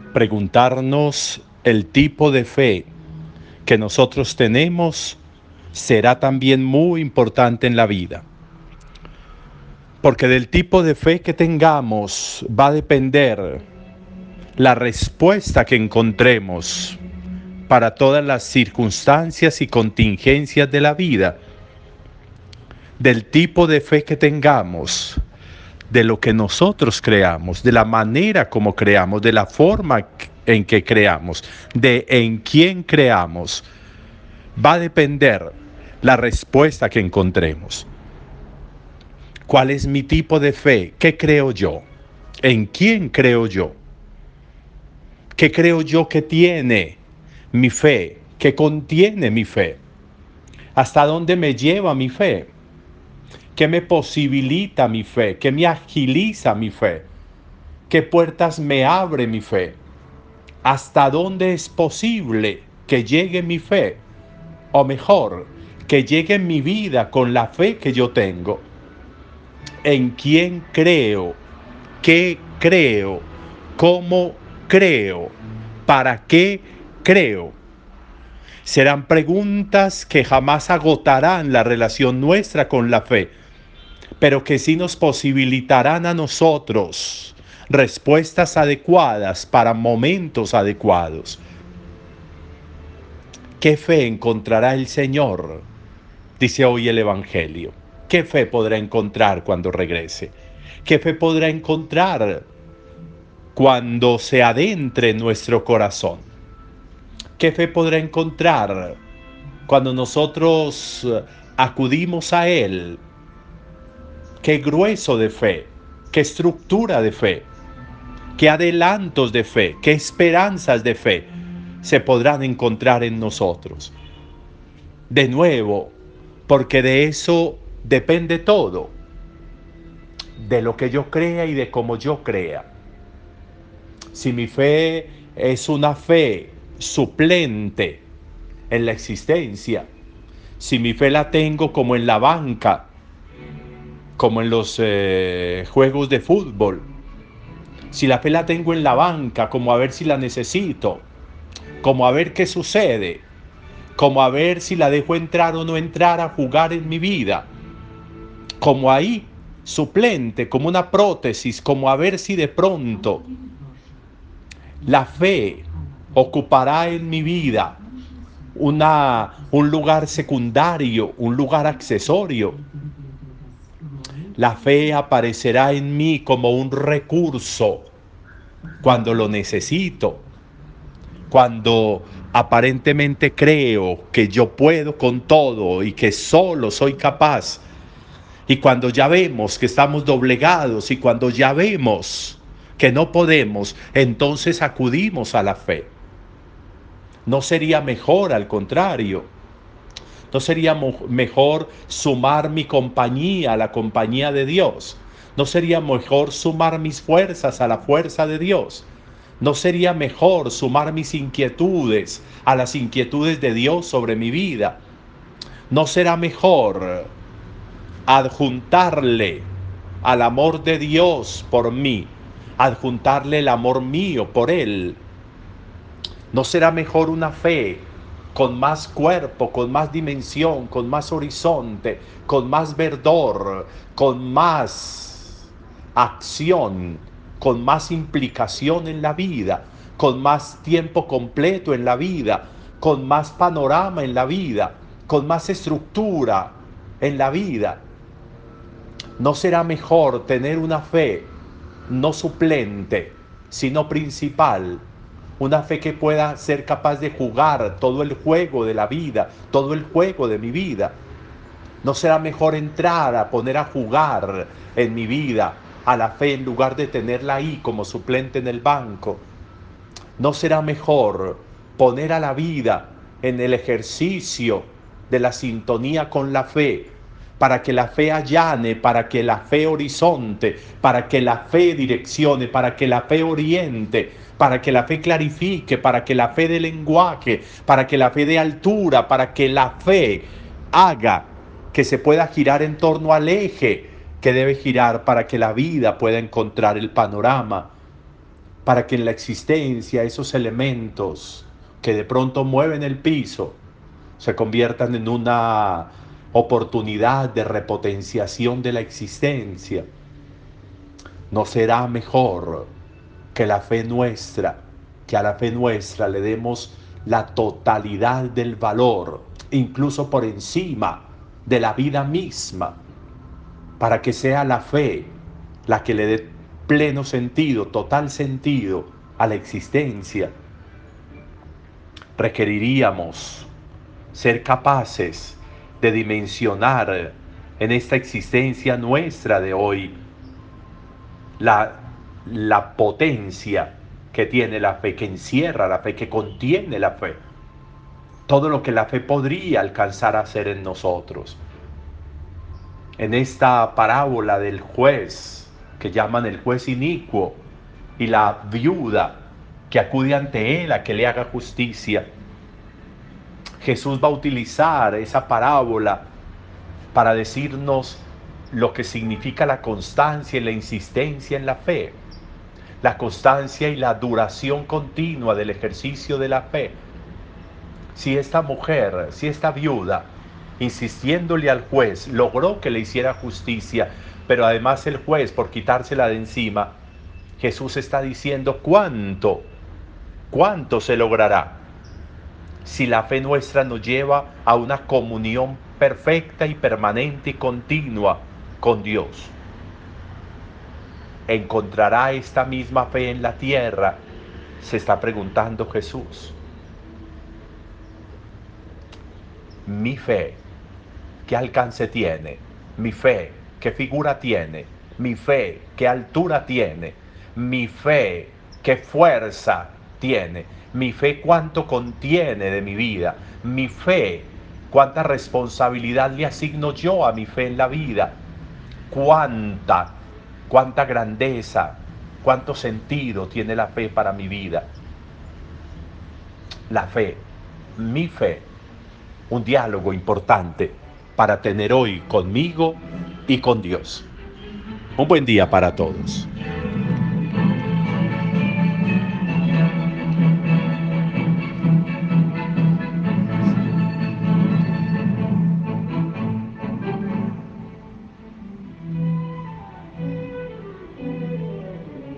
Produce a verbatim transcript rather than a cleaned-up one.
Preguntarnos el tipo de fe que nosotros tenemos será también muy importante en la vida. Porque del tipo de fe que tengamos va a depender la respuesta que encontremos para todas las circunstancias y contingencias de la vida. Del tipo de fe que tengamos, de lo que nosotros creamos, de la manera como creamos, de la forma en que creamos, de en quién creamos, va a depender la respuesta que encontremos. ¿Cuál es mi tipo de fe? ¿Qué creo yo? ¿En quién creo yo? ¿Qué creo yo que tiene mi fe? ¿Qué contiene mi fe? ¿Hasta dónde me lleva mi fe? ¿Qué me posibilita mi fe? ¿Qué me agiliza mi fe? ¿Qué puertas me abre mi fe? ¿Hasta dónde es posible que llegue mi fe? O mejor, que llegue mi vida con la fe que yo tengo. ¿En quién creo? ¿Qué creo? ¿Cómo creo? ¿Para qué creo? Serán preguntas que jamás agotarán la relación nuestra con la fe, pero que sí nos posibilitarán a nosotros respuestas adecuadas para momentos adecuados. ¿Qué fe encontrará el Señor? Dice hoy el Evangelio. ¿Qué fe podrá encontrar cuando regrese? ¿Qué fe podrá encontrar cuando se adentre en nuestro corazón? ¿Qué fe podrá encontrar cuando nosotros acudimos a Él? ¿Qué grueso de fe? ¿Qué estructura de fe? ¿Qué adelantos de fe? ¿Qué esperanzas de fe se podrán encontrar en nosotros? De nuevo, porque de eso depende todo, de lo que yo crea y de cómo yo crea. Si mi fe es una fe suplente en la existencia, si mi fe la tengo como en la banca, como en los eh, juegos de fútbol, si la fe la tengo en la banca, como a ver si la necesito, como a ver qué sucede, como a ver si la dejo entrar o no entrar a jugar en mi vida, como ahí, suplente, como una prótesis, como a ver si de pronto la fe ocupará en mi vida una, un lugar secundario, un lugar accesorio. La fe aparecerá en mí como un recurso cuando lo necesito, cuando aparentemente creo que yo puedo con todo y que solo soy capaz, y cuando ya vemos que estamos doblegados y cuando ya vemos que no podemos, entonces acudimos a la fe. ¿No sería mejor, al contrario? ¿No sería mejor sumar mi compañía a la compañía de Dios? ¿No sería mejor sumar mis fuerzas a la fuerza de Dios? ¿No sería mejor sumar mis inquietudes a las inquietudes de Dios sobre mi vida? ¿No será mejor adjuntarle al amor de Dios por mí, adjuntarle el amor mío por Él? ¿No será mejor una fe con más cuerpo, con más dimensión, con más horizonte, con más verdor, con más acción, con más implicación en la vida, con más tiempo completo en la vida, con más panorama en la vida, con más estructura en la vida? ¿No será mejor tener una fe no suplente, sino principal? Una fe que pueda ser capaz de jugar todo el juego de la vida, todo el juego de mi vida. ¿No será mejor entrar a poner a jugar en mi vida a la fe en lugar de tenerla ahí como suplente en el banco? ¿No será mejor poner a la vida en el ejercicio de la sintonía con la fe, para que la fe allane, para que la fe horizonte, para que la fe direccione, para que la fe oriente, para que la fe clarifique, para que la fe dé lenguaje, para que la fe dé altura, para que la fe haga que se pueda girar en torno al eje que debe girar para que la vida pueda encontrar el panorama? para que en la existencia esos elementos que de pronto mueven el piso se conviertan en una oportunidad de repotenciación de la existencia. ¿No será mejor que la fe nuestra, que a la fe nuestra le demos la totalidad del valor, incluso por encima de la vida misma, para que sea la fe la que le dé pleno sentido, total sentido a la existencia? Requeriríamos ser capaces de dimensionar en esta existencia nuestra de hoy la, la potencia que tiene la fe, que encierra la fe, que contiene la fe. Todo lo que la fe podría alcanzar a hacer en nosotros. En esta parábola del juez, que llaman el juez inicuo, y la viuda que acude ante él a que le haga justicia, Jesús va a utilizar esa parábola para decirnos lo que significa la constancia y la insistencia en la fe, la constancia y la duración continua del ejercicio de la fe. Si esta mujer, si esta viuda, insistiéndole al juez, logró que le hiciera justicia, pero además el juez, por quitársela de encima, Jesús está diciendo cuánto, cuánto se logrará si la fe nuestra nos lleva a una comunión perfecta y permanente y continua con Dios. ¿Encontrará esta misma fe en la tierra? Se está preguntando Jesús. Mi fe, ¿qué alcance tiene? Mi fe, ¿qué figura tiene? Mi fe, ¿qué altura tiene? Mi fe, ¿qué fuerza tiene? Mi fe, ¿cuánto contiene de mi vida? Mi fe, ¿cuánta responsabilidad le asigno yo a mi fe en la vida? ¿Cuánta, cuánta grandeza, cuánto sentido tiene la fe para mi vida? La fe, mi fe, un diálogo importante para tener hoy conmigo y con Dios. Un buen día para todos.